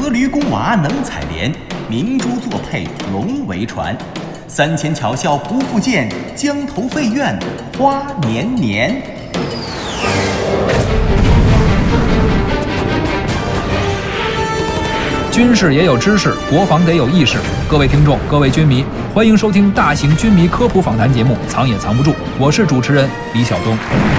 阖闾宫娃能采莲，明珠作配龙为传。三千巧笑不复见，江头废院花年年。 军事也有知识，国防得有意识。各位听众，各位军迷，欢迎收听大型军迷科普访谈节目《藏也藏不住》，我是主持人李晓东。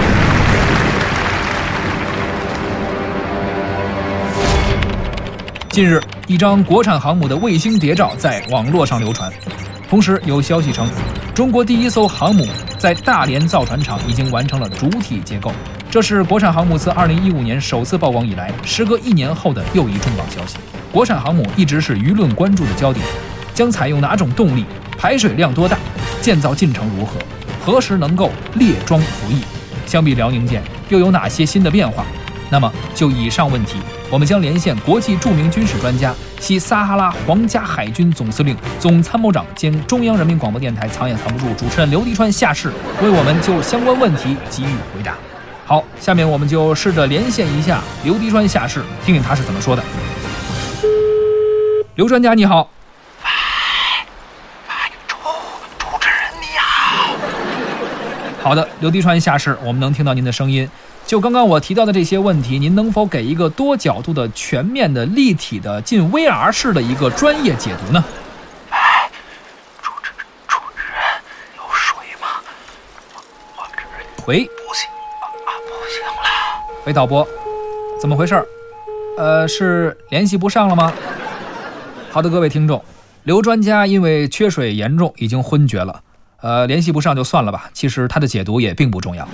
近日，一张国产航母的卫星谍照在网络上流传，同时有消息称，中国第一艘航母在大连造船厂已经完成了主体结构。这是国产航母自2015年首次曝光以来，时隔1年后的又一重磅消息。国产航母一直是舆论关注的焦点，将采用哪种动力，排水量多大，建造进程如何，何时能够列装服役，相比辽宁舰又有哪些新的变化？那么就以上问题，我们将连线国际著名军事专家，西撒哈拉皇家海军总司令、总参谋长兼中央人民广播电台藏也藏不住主持人刘迪川下士，为我们就相关问题给予回答。好，下面我们就试着连线一下刘迪川下士，听听他是怎么说的。刘专家你好。 主持人你好。 好的，刘迪川下士，我们能听到您的声音。就刚刚我提到的这些问题，您能否给一个多角度的、全面的、立体的、近 VR 式的一个专业解读呢？ 主持人有水吗？我这喂， 不行不行了。 喂，导播，怎么回事？是联系不上了吗？好的，各位听众，刘专家因为缺水严重，已经昏厥了。联系不上就算了吧，其实他的解读也并不重要。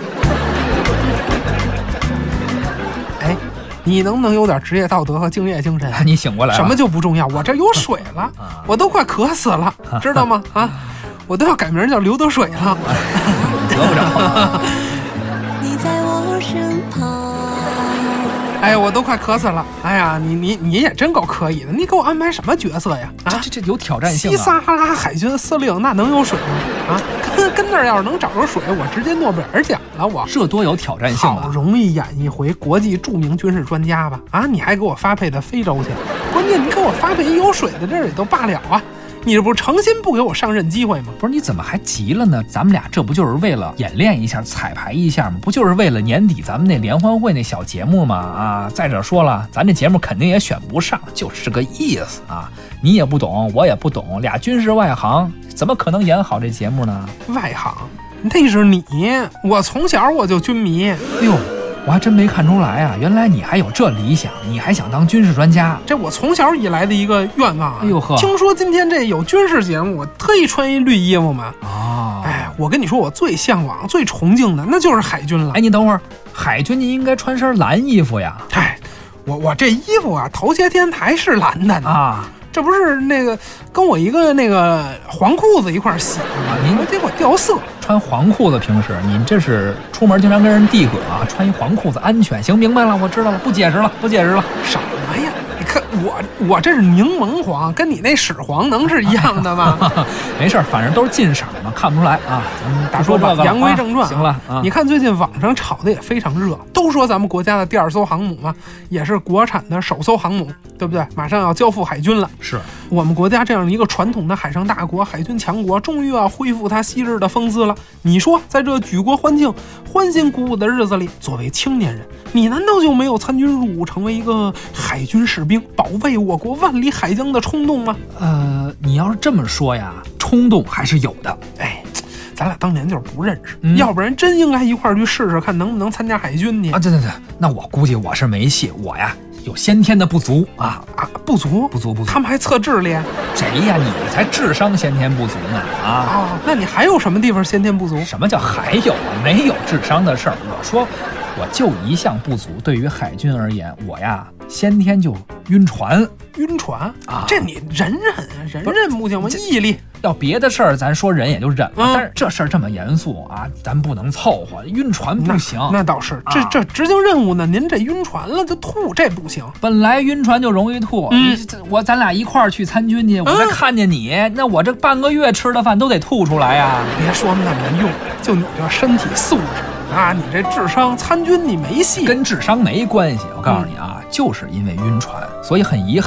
哎，你能不能有点职业道德和敬业精神？ 你醒过来了。 什么就不重要？我这有水了，我都快渴死了，知道吗？啊，我都要改名叫刘德水了。 得不着。 你在我身旁。 哎，我都快渴死了！哎呀，你也真够可以的，你给我安排什么角色呀？啊， 这有挑战性啊！ 西撒哈拉海军司令那能有水吗？啊，跟那儿要是能找着水，我直接诺贝尔奖了我。 这多有挑战性啊！ 好容易演一回国际著名军事专家吧？啊，你还给我发配到非洲去？关键你给我发配一有水的地儿也都罢了啊！你这不是诚心不给我上任机会吗？ 不是，你怎么还急了呢？咱们俩这不就是为了演练一下、彩排一下吗？不就是为了年底咱们那联欢会那小节目吗？啊，再者说了，咱这节目肯定也选不上，就是这个意思啊！你也不懂，我也不懂，俩军事外行，怎么可能演好这节目呢？ 外行，那是你，我从小我就军迷。 哎呦，我还真没看出来啊！原来你还有这理想，你还想当军事专家？ 这我从小以来的一个愿望啊！ 哎呦呵， 听说今天这有军事节目，我特意穿一绿衣服嘛。 哦， 哎，我跟你说，我最向往、最崇敬的那就是海军了。 哎，你等会儿，海军你应该穿身蓝衣服呀。 哎，我这衣服啊，头些天还是蓝的呢。啊，这不是那个跟我一个那个黄裤子一块洗的吗？您结果掉色。 穿黄裤子，平时您这是出门经常跟人递葛啊？穿一黄裤子安全。行，明白了，我知道了，不解释了。 什么呀？你看我这是柠檬黄，跟你那屎黄能是一样的吗？ 没事，反正都是近色嘛，看不出来啊。咱说这个， 言归正传， 行了啊。 你看最近网上炒的也非常热，都说咱们国家的第2艘航母嘛，也是国产的首艘航母，对不对？马上要交付海军了。 是我们国家这样一个传统的海上大国、海军强国，终于要恢复它昔日的风姿了。你说，在这举国欢庆、欢欣鼓舞的日子里，作为青年人，你难道就没有参军入伍，成为一个海军士兵，保卫我国万里海疆的冲动吗？ 你要是这么说呀，冲动还是有的。 哎，咱俩当年就是不认识，要不然真应该一块儿去试试看，能不能参加海军去啊？对，那我估计我是没戏，我呀有先天的不足啊， 不足，他们还测智力？ 谁呀？你才智商先天不足呢啊！ 那你还有什么地方先天不足？ 什么叫还有啊？没有智商的事儿。我说，我就一项不足。对于海军而言，我呀先天就晕船啊！这你忍不行吗？毅力。 要别的事儿咱说忍也就忍了，但是这事儿这么严肃啊，咱不能凑合，晕船不行。 那倒是，这执行任务呢，您这晕船了就吐，这不行。 本来晕船就容易吐，咱俩一块儿去参军去，我再看见你，那我这半个月吃的饭都得吐出来呀。 别说那么用，就你这身体素质啊，你这智商参军你没戏。 跟智商没关系，我告诉你啊，就是因为晕船，所以很遗憾。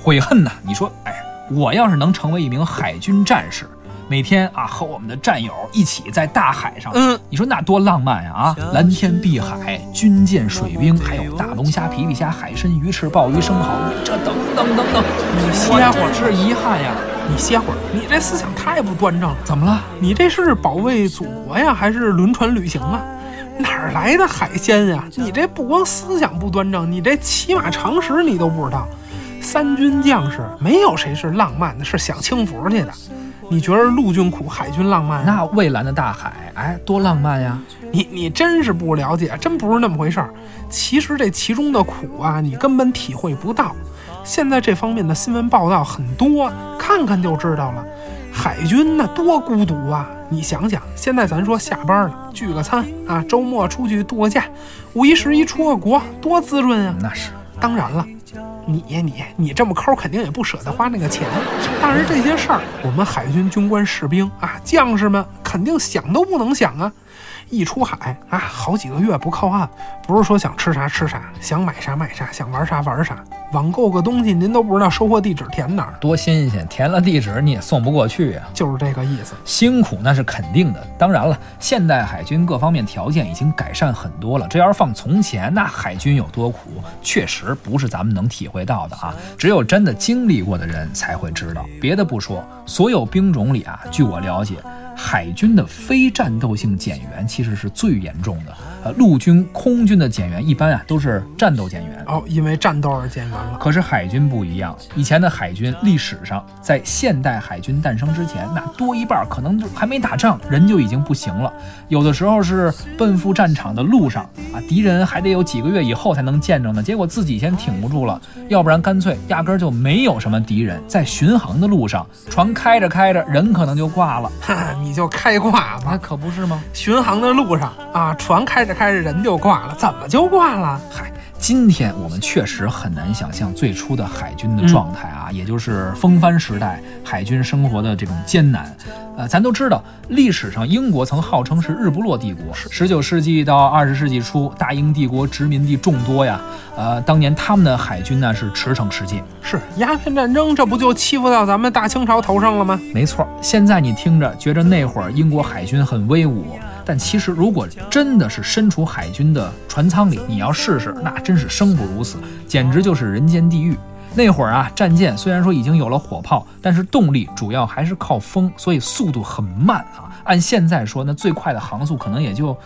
悔恨呐！你说，我要是能成为一名海军战士，每天和我们的战友一起在大海上，你说那多浪漫呀！蓝天碧海，军舰水兵，还有大龙虾、皮皮虾、海参、鱼翅、鲍鱼、生蚝，这等等， 你歇会儿， 是遗憾呀！ 你歇会儿，你这思想太不端正了。 怎么了？ 你这是保卫祖国呀，还是轮船旅行啊？哪儿来的海鲜呀？你这不光思想不端正，你这起码常识你都不知道。三军将士没有谁是浪漫的，是享清福去的。你觉得陆军苦，海军浪漫？ 那蔚蓝的大海，多浪漫呀！ 你真是不了解，真不是那么回事儿。其实这其中的苦啊，你根本体会不到。现在这方面的新闻报道很多，看看就知道了。海军那多孤独啊！你想想，现在咱说下班了聚个餐啊，周末出去度个假，5、1、11出个国，多滋润啊！ 那是当然了。你这么抠，肯定也不舍得花那个钱。但是这些事儿，我们海军军官士兵将士们肯定想都不能想啊！一出海好几个月不靠岸，不是说想吃啥吃啥，想买啥买啥，想玩啥玩啥，网购个东西您都不知道收货地址填哪儿， 多新鲜！填了地址你也送不过去呀， 就是这个意思。 辛苦那是肯定的。当然了，现代海军各方面条件已经改善很多了，这要是放从前，那海军有多苦，确实不是咱们能体会到的只有真的经历过的人才会知道。别的不说，所有兵种里据我了解，海军的非战斗性减员其实是最严重的。陆军、空军的减员一般都是战斗减员因为战斗而减员了。 可是海军不一样，以前的海军历史上，在现代海军诞生之前，那多一半可能就还没打仗，人就已经不行了。有的时候是奔赴战场的路上敌人还得有几个月以后才能见着呢，结果自己先挺不住了，要不然干脆压根就没有什么敌人。在巡航的路上，船开着开着，人可能就挂了。 你就开挂吧， 那可不是吗？ 巡航的路上船开着开着人就挂了，怎么就挂了？ 今天我们确实很难想象最初的海军的状态也就是风帆时代海军生活的这种艰难。咱都知道，历史上英国曾号称是日不落帝国，19世纪到20世纪初，大英帝国殖民地众多呀。当年他们的海军呢是驰骋世界。 是鸦片战争，这不就欺负到咱们大清朝头上了吗？ 没错。现在你听着觉着那会儿英国海军很威武，但其实如果真的是身处海军的船舱里，你要试试，那真是生不如死，简直就是人间地狱。那会儿战舰虽然说已经有了火炮，但是动力主要还是靠风，所以速度很慢按现在说，那最快的航速可能也就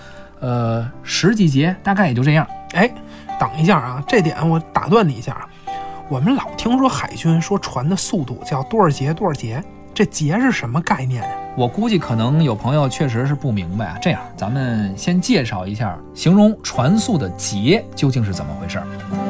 10几节，大概也就这样。 等一下这点我打断你一下我们老听说海军说船的速度叫多少节多少节，这节是什么概念我估计可能有朋友确实是不明白这样，咱们先介绍一下形容船速的节究竟是怎么回事。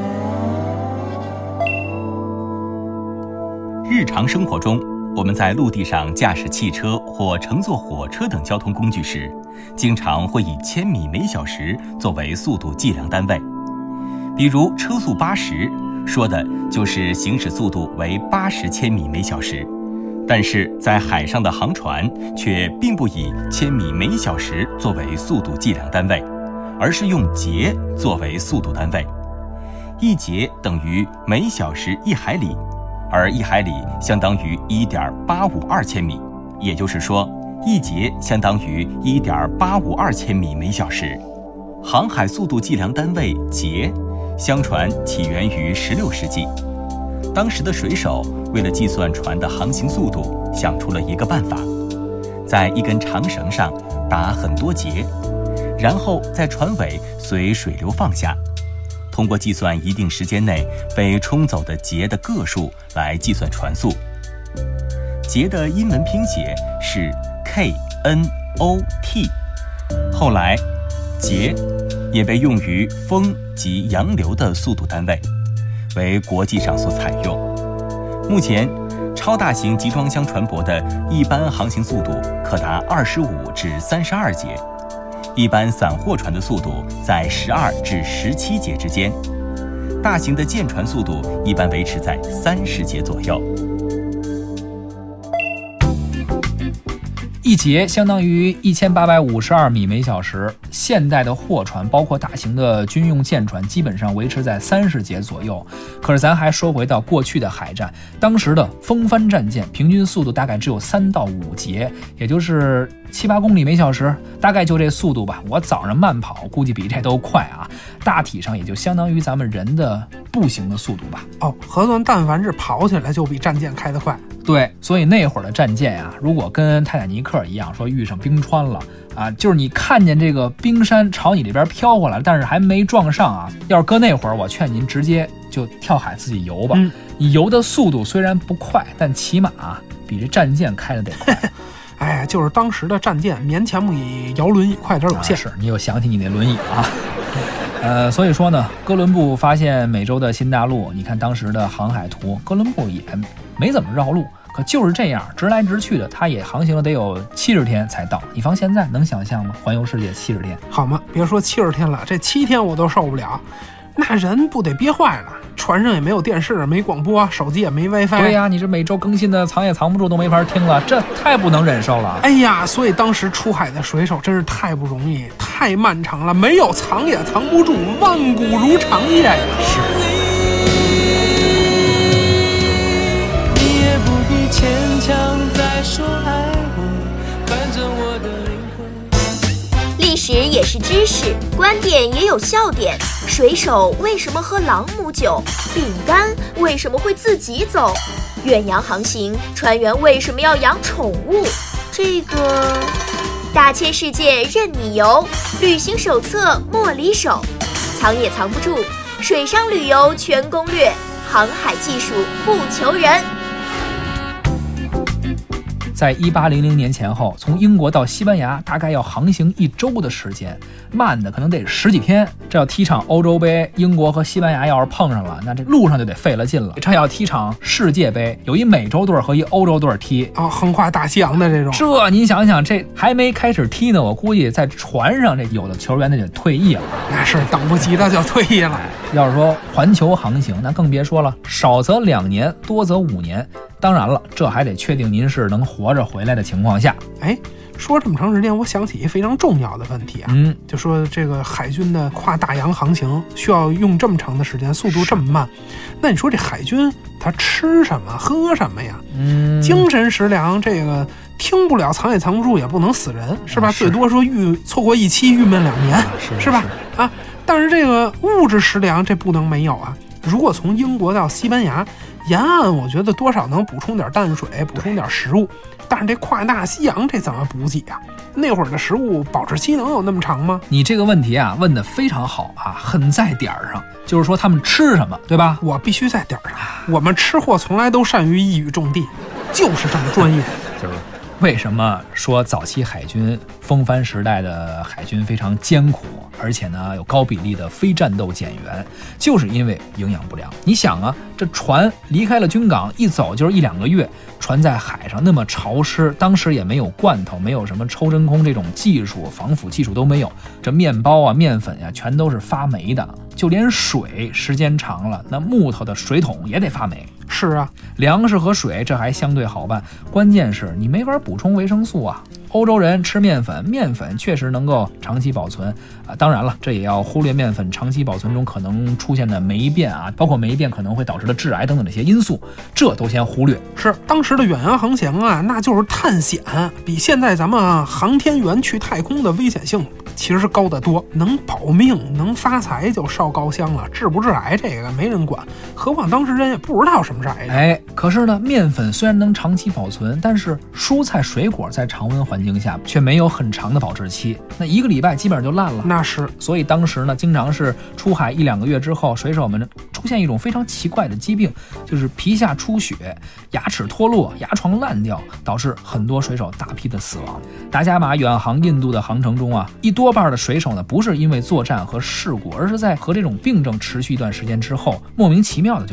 日常生活中，我们在陆地上驾驶汽车或乘坐火车等交通工具时，经常会以千米每小时作为速度计量单位。比如车速80，说的就是行驶速度为80千米每小时。但是在海上的航船却并不以千米每小时作为速度计量单位，而是用节作为速度单位。1节等于每小时1海里，而1海里相当于 1.852 千米，也就是说1节相当于 1.852 千米每小时。航海速度计量单位节，相传起源于16世纪。当时的水手为了计算船的航行速度，想出了一个办法，在一根长绳上打很多结，然后在船尾随水流放下，通过计算一定时间内被冲走的节的个数来计算船速。节的英文拼写是 KNOT， 后来节也被用于风及洋流的速度单位，为国际上所采用。目前超大型集装箱船舶的一般航行速度可达25至32节，一般散货船的速度在12至17节之间，大型的舰船速度一般维持在30节左右。 一节相当于1852米每小时。现代的货船，包括大型的军用舰船，基本上维持在30节左右。可是咱还说回到过去的海战，当时的风帆战舰平均速度大概只有3到5节，也就是7、8公里每小时，大概就这速度吧。我早上慢跑，估计比这都快啊。大体上也就相当于咱们人的步行的速度吧。 核算但凡是跑起来就比战舰开得快。 对，所以那会儿的战舰呀，如果跟泰坦尼克一样说遇上冰川了啊，就是你看见这个冰山朝你这边飘过来，但是还没撞上啊，要是搁那会儿，我劝您直接就跳海自己游吧。你游的速度虽然不快，但起码比这战舰开的得快。 哎，就是当时的战舰勉强比摇轮椅快点有限。 是你又想起你那轮椅啊。所以说呢，哥伦布发现美洲的新大陆，你看当时的航海图，哥伦布也没怎么绕路，可就是这样直来直去的，他也航行了得有70天才到。你放现在能想象吗？环游世界70天， 好吗？别说70天了，这7天我都受不了。那人不得憋坏了，船上也没有电视，没广播，手机也没 WiFi。 对呀，你这每周更新的藏也藏不住，都没法听了，这太不能忍受了。 哎呀，所以当时出海的水手真是太不容易，太漫长了，没有藏也藏不住，万古如长夜呀。是。 你也不必牵强再说爱我，反正我的灵魂。 历史也是知识，观点也有笑点。水手为什么喝朗姆酒？饼干为什么会自己走？远洋航行，船员为什么要养宠物？这个大千世界任你游，旅行手册莫离手，藏也藏不住，水上旅游全攻略，航海技术不求人。 在1800年前后，从英国到西班牙大概要航行1周的时间，慢的可能得10几天。这要踢场欧洲杯，英国和西班牙要是碰上了，那这路上就得费了劲了。这要踢场世界杯，有一美洲队和一欧洲队踢横跨大西洋的这种。 这您想想，这还没开始踢呢，我估计在船上这有的球员那就退役了。 那是等不及的就退役了。 要是说环球航行，那更别说了，少则2年，多则5年。当然了，这还得确定您是能活着回来的情况下。 说这么长时间，我想起一非常重要的问题啊，就说这个海军的跨大洋航行需要用这么长的时间，速度这么慢，那你说这海军他吃什么喝什么呀？精神食粮这个听不了，藏也藏不住，也不能死人，是吧？最多说错过1期，郁闷2年，是吧？但是这个物质食粮这不能没有啊。如果从英国到西班牙沿岸，我觉得多少能补充点淡水，补充点食物。但是这跨大西洋这怎么补给啊？那会儿的食物保质期能有那么长吗？ 你这个问题啊问得非常好啊，很在点儿上。就是说他们吃什么，对吧？ 我必须在点儿上。我们吃货从来都善于一语中的，就是这么专业。 就是为什么说早期海军风帆时代的海军非常艰苦，而且呢有高比例的非战斗减员，就是因为营养不良。你想啊，这船离开了军港，一走就是1、2个月，船在海上那么潮湿，当时也没有罐头，没有什么抽真空这种技术，防腐技术都没有，这面包啊面粉呀全都是发霉的，就连水时间长了，那木头的水桶也得发霉。 是啊， 粮食和水这还相对好办，关键是你没法补充维生素啊。欧洲人吃面粉，面粉确实能够长期保存啊，当然了，这也要忽略面粉长期保存中可能出现的霉变啊，包括霉变可能会导致的致癌等等这些因素，这都先忽略。 是当时的远洋航行啊，那就是探险，比现在咱们航天员去太空的危险性其实是高得多，能保命能发财就烧高香了，致不致癌这个没人管，何况当时人也不知道什么是癌症。 可是呢，面粉虽然能长期保存，但是蔬菜水果在常温环境下却没有很长的保质期，那1个礼拜基本上就烂了。 那是， 所以当时呢，经常是出海1、2个月之后，水手们出现一种非常奇怪的疾病，就是皮下出血、牙齿脱落、牙床烂掉，导致很多水手大批的死亡。达伽马远航印度的航程中啊，多半的水手呢，不是因为作战和事故，而是在和这种病症持续一段时间之后，莫名其妙的就阵亡了。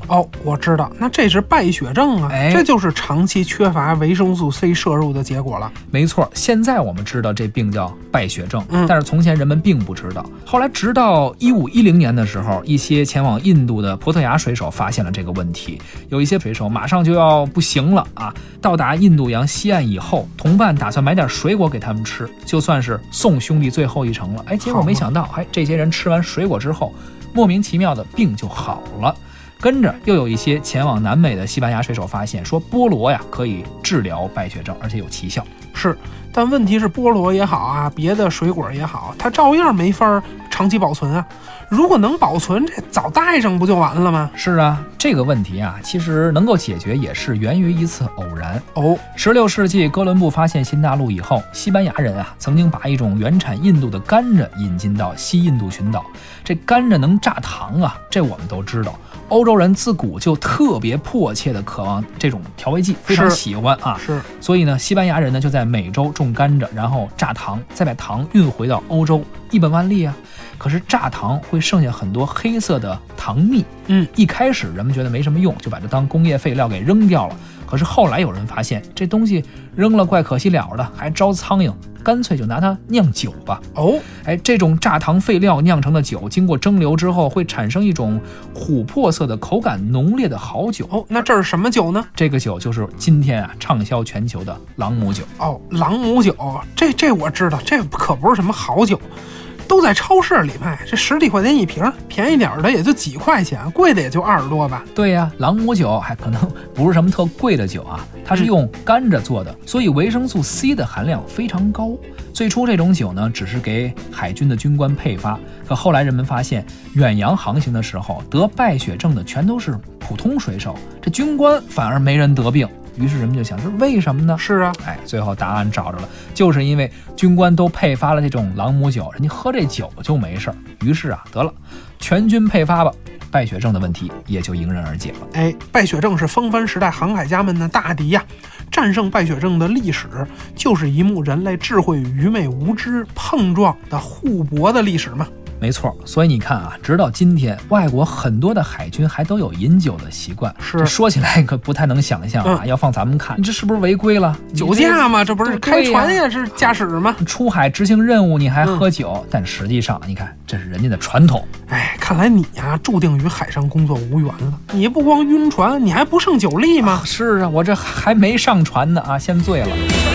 哦，我知道，那这是败血症啊，这就是长期缺乏维生素 C 摄入的结果了。 没错，现在我们知道这病叫败血症，但是从前人们并不知道。后来直到1510年的时候，一些前往印度的葡萄牙水手发现了这个问题，有一些水手马上就要不行了啊！到达印度洋西岸以后，同伴打算买点水果给他们吃，就算是送兄弟最后一程了。结果没想到，这些人吃完水果之后，莫名其妙的病就好了。跟着又有一些前往南美的西班牙水手发现，说菠萝呀可以治疗败血症，而且有奇效。 是，但问题是菠萝也好啊，别的水果也好，它照样没法长期保存啊。如果能保存，这早带上不就完了吗？ 是啊，这个问题啊，其实能够解决也是源于一次偶然。16世纪哥伦布发现新大陆以后，西班牙人啊曾经把一种原产印度的甘蔗引进到西印度群岛。这甘蔗能榨糖啊，这我们都知道。欧洲人自古就特别迫切的渴望这种调味剂，非常喜欢啊。 是， 所以呢，西班牙人呢就在美洲种甘蔗，然后榨糖，再把糖运回到欧洲，一本万利啊。可是榨糖会剩下很多黑色的糖蜜，一开始人们觉得没什么用，就把这当工业废料给扔掉了。可是后来有人发现这东西扔了怪可惜了的，还招苍蝇，干脆就拿它酿酒吧。这种榨糖废料酿成的酒，经过蒸馏之后会产生一种琥珀色的、口感浓烈的好酒。 那这是什么酒呢？ 这个酒就是今天啊畅销全球的朗姆酒。 朗姆酒，这我知道，这可不是什么好酒。都在超市里卖，这10几块钱一瓶，便宜点的也就几块钱，贵的也就20多吧。 对呀，朗姆酒还可能不是什么特贵的酒啊，它是用甘蔗做的，所以维生素 C 的含量非常高。最初这种酒呢，只是给海军的军官配发，可后来人们发现，远洋航行的时候得败血症的全都是普通水手，这军官反而没人得病。于是人们就想，这为什么呢？ 是啊， 最后答案找着了，就是因为军官都配发了这种朗姆酒，人家喝这酒就没事儿。于是啊，得了，全军配发吧，败血症的问题也就迎刃而解了。 败血症是风帆时代航海家们的大敌呀。战胜败血症的历史，就是一幕人类智慧与愚昧无知碰撞的互搏的历史嘛。 没错，所以你看啊，直到今天，外国很多的海军还都有饮酒的习惯。 是， 这说起来可不太能想象啊。要放咱们看，你这是不是违规了？ 酒驾嘛，这不是开船也是驾驶吗？ 出海执行任务你还喝酒，但实际上你看，这是人家的传统。 看来你呀，注定与海上工作无缘了。你不光晕船，你还不胜酒力吗？ 是啊，我这还没上船呢啊，先醉了。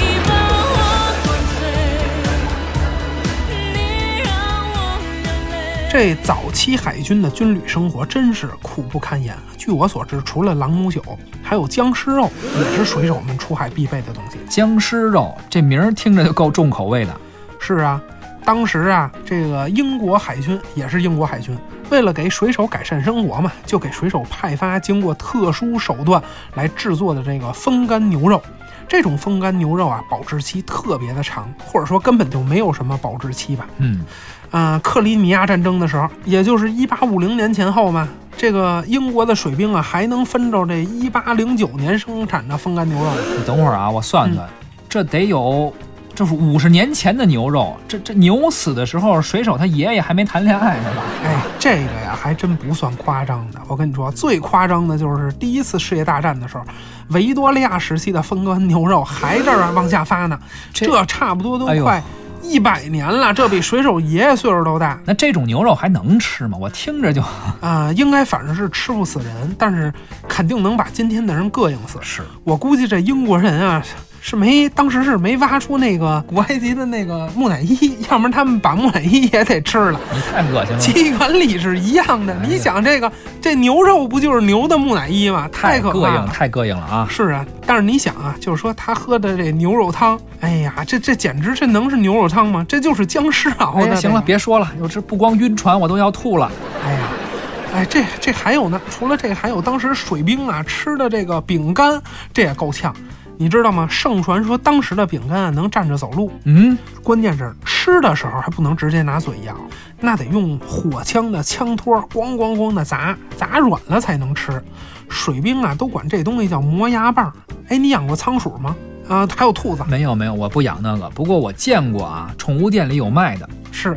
这早期海军的军旅生活真是苦不堪言。据我所知，除了朗姆酒，还有僵尸肉，也是水手们出海必备的东西。 僵尸肉这名儿听着就够重口味的。 是啊，当时啊，这个英国海军也是英国海军，为了给水手改善生活嘛，就给水手派发经过特殊手段来制作的这个风干牛肉。这种风干牛肉啊，保质期特别的长，或者说根本就没有什么保质期吧。克里米亚战争的时候，也就是1850年前后嘛，这个英国的水兵啊，还能分着这1809年生产的风干牛肉。 你等会儿啊，我算算，这得有，这是50年前的牛肉。这牛死的时候，水手他爷爷还没谈恋爱呢吧？ 这个呀，还真不算夸张的。我跟你说，最夸张的就是第一次世界大战的时候，维多利亚时期的风干牛肉还这儿往下发呢，这差不多都快100年了，这比水手爷爷岁数都大。 那这种牛肉还能吃吗？我听着就应该反正是吃不死人，但是肯定能把今天的人膈应死。 是， 我估计这英国人啊，当时是没挖出那个古埃及的那个木乃伊，要不然他们把木乃伊也得吃了。 你太恶心了， 其原理是一样的。你想这牛肉不就是牛的木乃伊吗？太可怕了， 太膈应了啊！ 是啊，但是你想啊，就是说他喝的这牛肉汤，这简直这能是牛肉汤吗？这就是僵尸熬的。 行了，别说了，这不光晕船，我都要吐了。 这还有呢，除了这个，还有当时水兵啊吃的这个饼干，这也够呛。你知道吗？盛传说当时的饼干能站着走路。关键是吃的时候还不能直接拿嘴咬，那得用火枪的枪托咣咣咣的砸软了才能吃。水兵啊都管这东西叫磨牙棒。你养过仓鼠吗？还有兔子？ 没有，我不养那个。不过我见过啊，宠物店里有卖的。 是，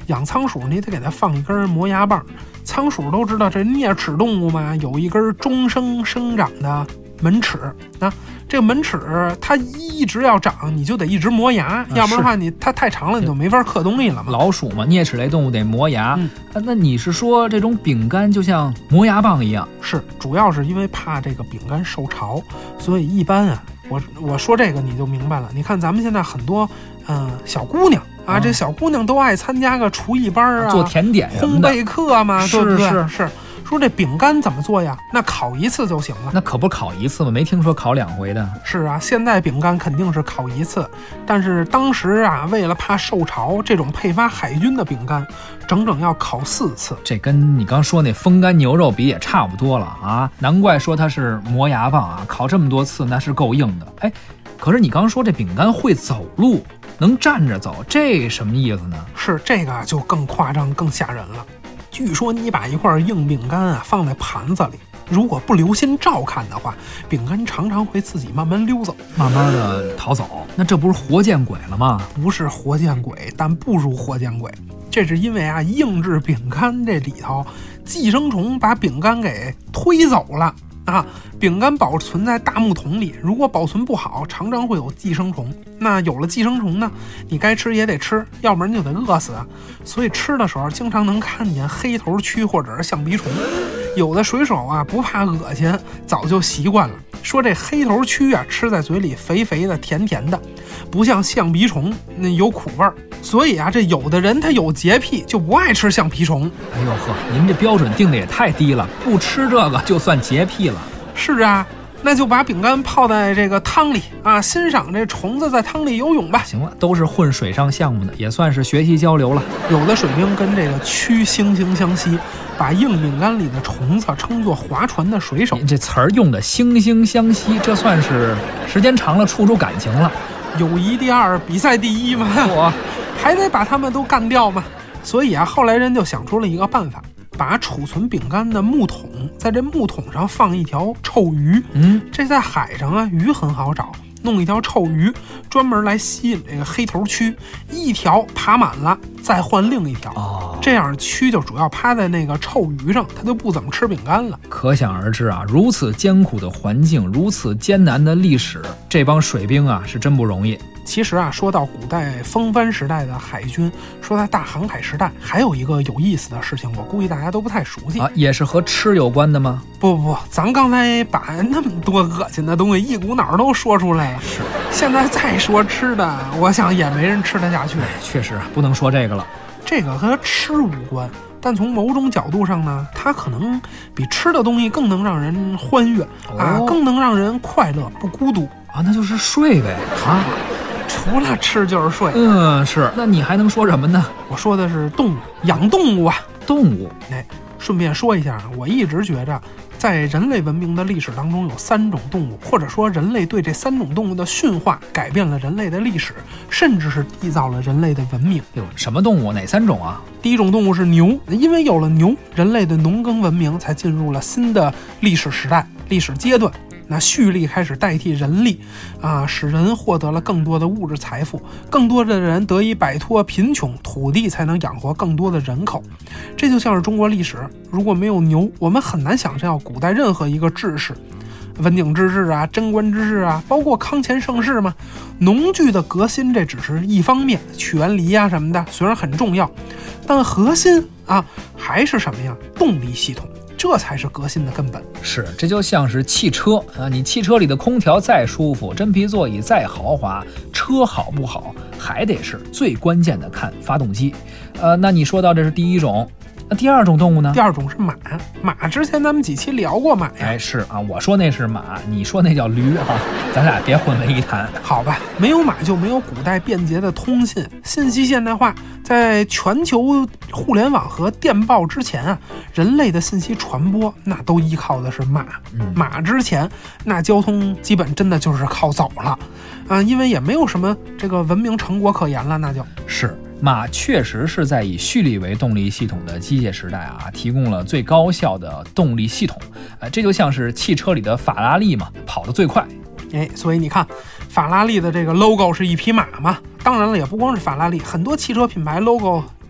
养仓鼠你得给它放一根磨牙棒。仓鼠都知道这啮齿动物嘛，有一根终生生长的门齿啊，这个门齿它一直要长，你就得一直磨牙，要不然的话它太长了，你就没法嗑东西了嘛。 老鼠嘛，啮齿类动物得磨牙。那你是说这种饼干就像磨牙棒一样？ 是，主要是因为怕这个饼干受潮，所以一般啊，我说这个你就明白了。你看咱们现在很多小姑娘啊，这小姑娘都爱参加个厨艺班啊， 做甜点什么的， 烘焙课嘛，对不对？ 是。 说这饼干怎么做呀？那烤一次就行了。 那可不烤一次吗？没听说烤2回的。 是啊，现在饼干肯定是烤一次，但是当时啊，为了怕受潮，这种配发海军的饼干，整整要烤4次。 这跟你刚说那风干牛肉比也差不多了啊！难怪说它是磨牙棒啊，烤这么多次那是够硬的。哎，可是你刚说这饼干会走路，能站着走，这什么意思呢？ 是这个就更夸张、更吓人了。据说你把一块硬饼干啊放在盘子里，如果不留心照看的话，饼干常常会自己慢慢溜走， 慢慢的逃走。那这不是活见鬼了吗？ 不是活见鬼，但不如活见鬼。这是因为啊，硬质饼干这里头寄生虫把饼干给推走了啊。饼干保存在大木桶里，如果保存不好，常常会有寄生虫。那有了寄生虫呢，你该吃也得吃，要不然就得饿死啊。所以吃的时候经常能看见黑头蛆或者是象鼻虫。有的水手啊不怕恶心，早就习惯了，说这黑头蛆啊吃在嘴里肥肥的甜甜的，不像象鼻虫那有苦味儿。所以啊，这有的人他有洁癖，就不爱吃橡皮虫。 哎呦呵，您这标准定的也太低了，不吃这个就算洁癖了。 是啊，那就把饼干泡在这个汤里啊，欣赏这虫子在汤里游泳吧。 行了，都是混水上项目的，也算是学习交流了。 有的水兵跟这个蛆惺惺相惜，把硬饼干里的虫子称作划船的水手。 您这词儿用的惺惺相惜，这算是时间长了处出感情了。 友谊第2，比赛第1嘛，我还得把他们都干掉嘛。所以啊，后来人就想出了一个办法，把储存饼干的木桶，在这木桶上放一条臭鱼。这在海上啊，鱼很好找，弄一条臭鱼，专门来吸引这个黑头蛆，一条爬满了，再换另一条。这样蛆就主要趴在那个臭鱼上，它就不怎么吃饼干了。 可想而知啊，如此艰苦的环境，如此艰难的历史，这帮水兵啊是真不容易。 其实啊，说到古代风帆时代的海军，说到大航海时代，还有一个有意思的事情，我估计大家都不太熟悉啊，也是和吃有关的吗？ 不，咱刚才把那么多恶心的东西一股脑都说出来了， 是。 现在再说吃的，我想也没人吃得下去。 确实不能说这个了， 这个和吃无关，但从某种角度上呢，它可能比吃的东西更能让人欢悦啊，更能让人快乐不孤独啊，那就是睡呗啊。 除了吃就是睡。 是。那你还能说什么呢？ 我说的是动物，养动物啊， 动物。 顺便说一下，我一直觉着，在人类文明的历史当中有3种动物，或者说人类对这3种动物的驯化改变了人类的历史，甚至是缔造了人类的文明。 什么动物？哪3种啊？ 第一种动物是牛，因为有了牛，人类的农耕文明才进入了新的历史时代、历史阶段。那畜力开始代替人力啊，使人获得了更多的物质财富，更多的人得以摆脱贫穷，土地才能养活更多的人口。这就像是中国历史，如果没有牛，我们很难想象古代任何一个志士，文景之治啊，贞观之治啊，包括康乾盛世嘛。农具的革新这只是一方面，曲原离啊什么的虽然很重要，但核心啊还是什么呀？动力系统。这才是革新的根本。 是，这就像是汽车啊，你汽车里的空调再舒服，真皮座椅再豪华，车好不好还得是最关键的看发动机。那你说到这是第一种，那第2种动物呢？ 第2种是马。马之前咱们几期聊过马呀。 哎，是啊，我说那是马，你说那叫驴啊，咱俩别混为一谈。 好吧，没有马就没有古代便捷的通信、信息现代化。在全球互联网和电报之前啊，人类的信息传播那都依靠的是马。马之前，那交通基本真的就是靠走了啊，因为也没有什么这个文明成果可言了，那就是马确实是在以畜力为动力系统的机械时代啊，提供了最高效的动力系统。这就像是汽车里的法拉利嘛，跑得最快。 所以你看，法拉利的这个 logo 是一匹马嘛。当然了，也不光是法拉利，很多汽车品牌 logo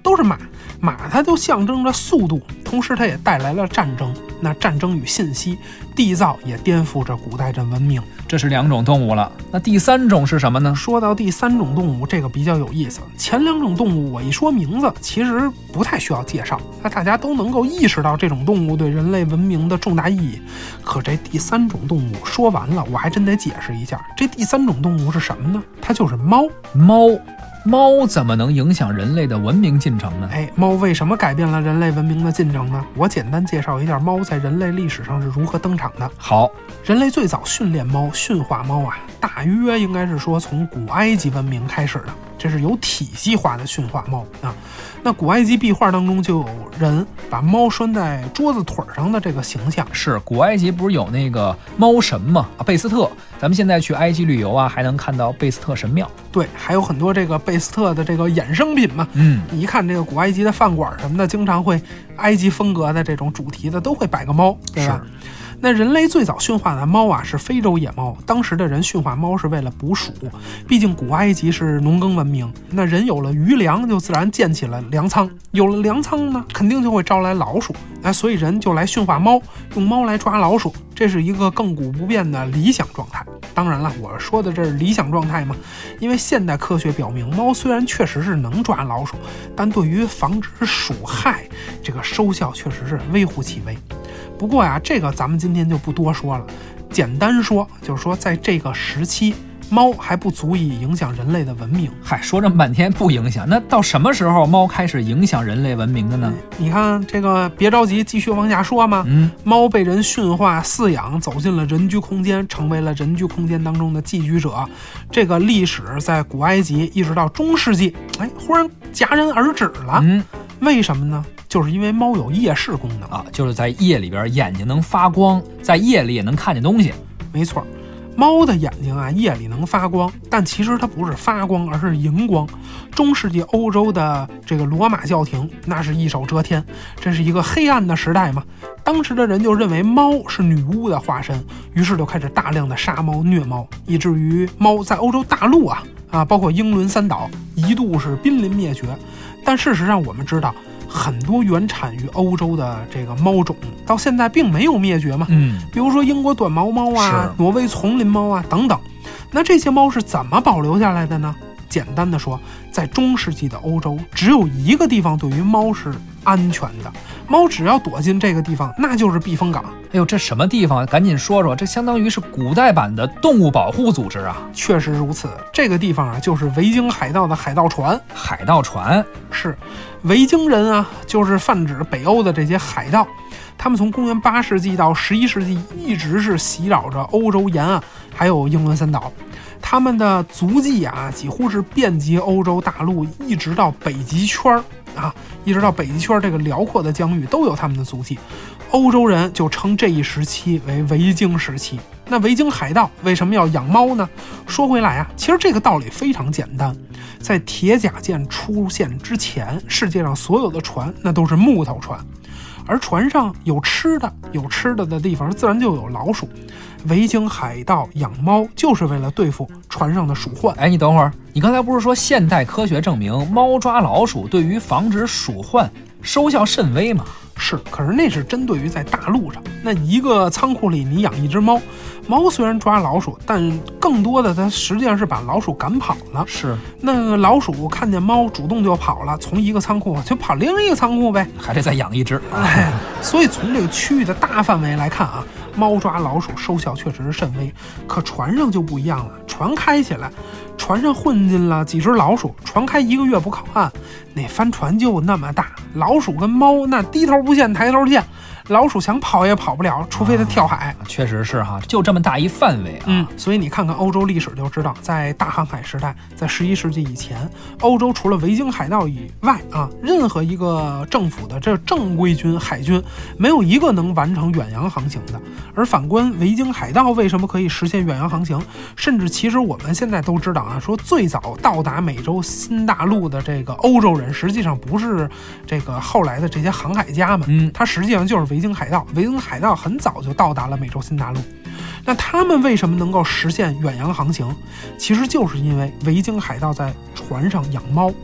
都是马。马它就象征着速度，同时它也带来了战争。那战争与信息，缔造也颠覆着古代的文明。 这是2种动物了，那第3种是什么呢？ 说到第3种动物，这个比较有意思。前2种动物我一说名字，其实不太需要介绍，那大家都能够意识到这种动物对人类文明的重大意义。可这第3种动物说完了，我还真得解释一下，这第3种动物是什么呢？它就是猫。 猫怎么能影响人类的文明进程呢？ 猫为什么改变了人类文明的进程呢？我简单介绍一下猫在人类历史上是如何登场的。 好， 人类最早训练猫、驯化猫啊，大约应该是说从古埃及文明开始的，这是有体系化的驯化猫啊。那古埃及壁画当中就有人把猫拴在桌子腿上的这个形象。 是，古埃及不是有那个猫神吗？贝斯特，咱们现在去埃及旅游啊，还能看到贝斯特神庙。 对，还有很多这个贝斯特的这个衍生品嘛。你一看这个古埃及的饭馆什么的，经常会埃及风格的这种主题的都会摆个猫，对吧？那人类最早驯化的猫啊是非洲野猫，当时的人驯化猫是为了捕鼠，毕竟古埃及是农耕文明，那人有了余粮就自然建起了粮仓，有了粮仓呢肯定就会招来老鼠，所以人就来驯化猫，用猫来抓老鼠，这是一个亘古不变的理想状态。当然了，我说的这是理想状态嘛，因为现代科学表明，猫虽然确实是能抓老鼠，但对于防止鼠害这个收效确实是微乎其微。不过呀，这个咱们今天就不多说了，简单说就是说，在这个时期，猫还不足以影响人类的文明。 说这么半天不影响，那到什么时候猫开始影响人类文明的呢？ 你看这个，别着急，继续往下说嘛。猫被人驯化、饲养，走进了人居空间，成为了人居空间当中的寄居者。这个历史在古埃及一直到中世纪，忽然戛然而止了。为什么呢？就是因为猫有夜视功能啊， 就是在夜里边眼睛能发光，在夜里也能看见东西。 没错，猫的眼睛啊夜里能发光，但其实它不是发光，而是荧光。中世纪欧洲的这个罗马教廷那是一手遮天，这是一个黑暗的时代嘛。当时的人就认为猫是女巫的化身，于是就开始大量的杀猫虐猫，以至于猫在欧洲大陆啊包括英伦三岛一度是濒临灭绝。但事实上我们知道，很多原产于欧洲的这个猫种到现在并没有灭绝嘛。比如说英国短毛猫啊，挪威丛林猫啊等等。那这些猫是怎么保留下来的呢？简单的说，在中世纪的欧洲，只有一个地方对于猫是安全的，猫只要躲进这个地方，那就是避风港。 这什么地方？赶紧说说，这相当于是古代版的动物保护组织啊。 确实如此，这个地方啊，就是维京海盗的海盗船。 海盗船是维京人啊，就是泛指北欧的这些海盗。他们从公元8世纪到11世纪一直是袭扰着欧洲沿岸还有英伦三岛，他们的足迹啊几乎是遍及欧洲大陆，一直到北极圈一直到北极圈这个辽阔的疆域都有他们的足迹。欧洲人就称这一时期为维京时期。那维京海盗为什么要养猫呢？说回来啊，其实这个道理非常简单，在铁甲舰出现之前，世界上所有的船那都是木头船，而船上有吃的的地方自然就有老鼠。维京海盗养猫就是为了对付船上的鼠患。 你等会儿，你刚才不是说现代科学证明猫抓老鼠对于防止鼠患收效甚微吗？ 是，可是那是针对于在大陆上，那一个仓库里你养一只猫，猫虽然抓老鼠，但更多的它实际上是把老鼠赶跑了。 是， 那个老鼠看见猫主动就跑了，从一个仓库就跑另一个仓库呗， 还得再养一只。 所以从这个区域的大范围来看啊，猫抓老鼠收效确实是甚微。可船上就不一样了，船开起来，船上混进了几只老鼠，船开1个月不靠岸，那帆船就那么大，老鼠跟猫那低头不见抬头见，老鼠想跑也跑不了，除非它跳海。 确实是哈，就这么大一范围啊。 所以你看看欧洲历史就知道，在大航海时代，在11世纪以前，欧洲除了维京海盗以外任何一个政府的这正规军海军没有一个能完成远洋航行的。而反观维京海盗为什么可以实现远洋航行，甚至其实我们现在都知道说最早到达美洲新大陆的这个欧洲人实际上不是这个后来的这些航海家们，他实际上就是维京海盗。维京海盗很早就到达了美洲新大陆。那他们为什么能够实现远洋航行？其实就是因为维京海盗在船上养猫，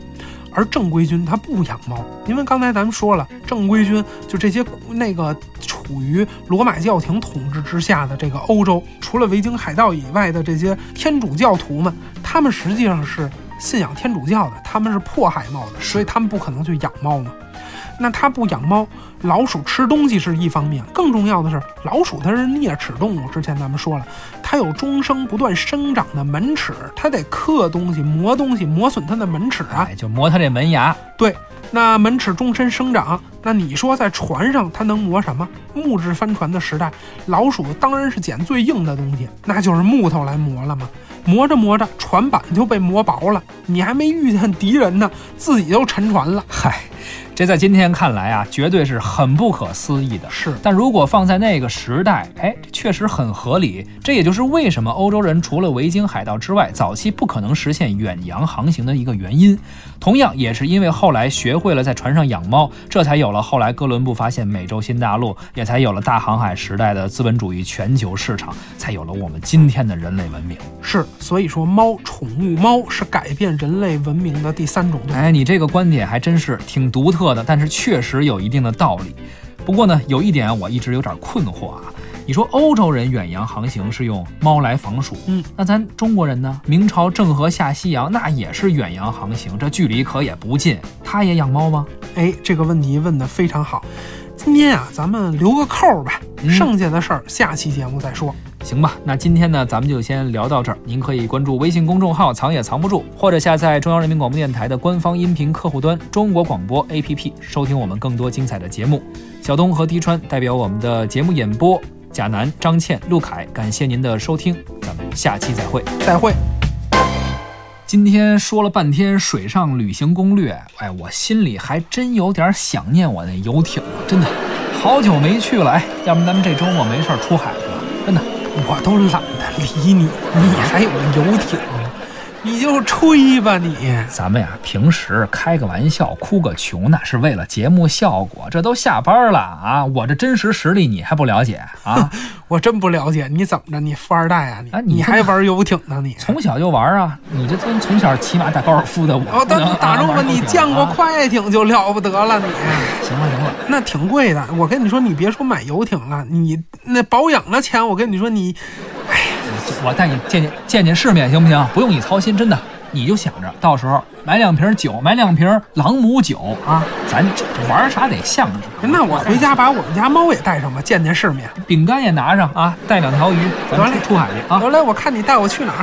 而正规军他不养猫，因为刚才咱们说了，正规军就这些那个处于罗马教廷统治之下的这个欧洲，除了维京海盗以外的这些天主教徒们，他们实际上是信仰天主教的，他们是迫害猫的，所以他们不可能去养猫嘛。那他不养猫，老鼠吃东西是一方面，更重要的是，老鼠它是啮齿动物。之前咱们说了，它有终生不断生长的门齿，它得刻东西、磨东西，磨损它的门齿啊， 就磨它这门牙。 对，那门齿终身生长，那你说在船上它能磨什么？木质帆船的时代，老鼠当然是捡最硬的东西，那就是木头来磨了嘛。磨着磨着，船板就被磨薄了，你还没遇见敌人呢，自己就沉船了。 嗨，这在今天看来啊，绝对是很不可思议的。 是， 但如果放在那个时代，这确实很合理。这也就是为什么欧洲人除了维京海盗之外，早期不可能实现远洋航行的一个原因。同样也是因为后来学会了在船上养猫，这才有了后来哥伦布发现美洲新大陆，也才有了大航海时代的资本主义全球市场，才有了我们今天的人类文明。 是，所以说宠物猫是改变人类文明的第3种动物。 你这个观点还真是挺独特的，但是确实有一定的道理。不过呢，有一点我一直有点困惑啊。你说欧洲人远洋航行是用猫来防鼠，那咱中国人呢？明朝郑和下西洋，那也是远洋航行，这距离可也不近，他也养猫吗？ 这个问题问得非常好。今天啊，咱们留个扣吧，剩下的事儿下期节目再说。 行吧，那今天呢，咱们就先聊到这儿。您可以关注微信公众号“藏也藏不住”，或者下载中央人民广播电台的官方音频客户端“中国广播 APP”， 收听我们更多精彩的节目。小东和滴川代表我们的节目演播，贾楠、张倩、陆凯，感谢您的收听，咱们下期再会。 再会。 今天说了半天水上旅行攻略，我心里还真有点想念我那游艇了，真的，好久没去了。要不咱们这周末没事出海去了，真的。 我都懒得理你，你还有游艇，你就吹吧你。 咱们呀，平时开个玩笑，哭个穷，那是为了节目效果。这都下班了啊，我这真实实力你还不了解啊？ 我真不了解，你怎么着？你富二代啊你？你还玩游艇呢？你从小就玩啊？你这从小骑马打高尔夫的我， 打中了你见过快艇就了不得了你。 行了， 那挺贵的。我跟你说，你别说买游艇了，你那保养的钱，我跟你说你， 我带你见见世面行不行？不用你操心，真的。你就想着到时候买2瓶酒，买2瓶朗姆酒啊，咱这玩啥得象征。 那我回家把我们家猫也带上吧，见见世面。 饼干也拿上啊，带2条鱼，咱们出海去啊。 得嘞，我看你带我去哪儿。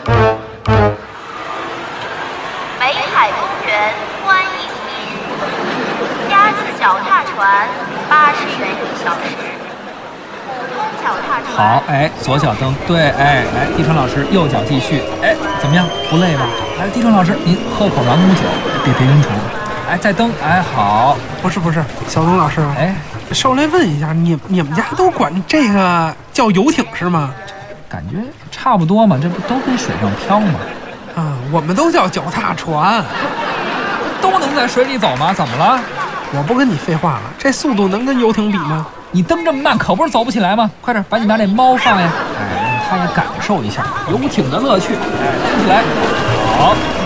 北海公园欢迎您，鸭子脚踏船80元1小时。脚踏船好，左脚蹬，对，来，滴川老师右脚继续，怎么样？不累吧？来，滴川老师您喝口朗姆酒，别晕船，再蹬，好。 不是，小东老师，捎来问一下，你们家都管这个叫游艇是吗？ 感觉差不多嘛，这不都跟水上漂吗？ 啊，我们都叫脚踏船。 都能在水里走吗？怎么了？ 我不跟你废话了，这速度能跟游艇比吗？ 你蹬这么慢，可不是走不起来吗？快点，把你拿这猫放下，让它也感受一下游艇的乐趣。蹬起来，好。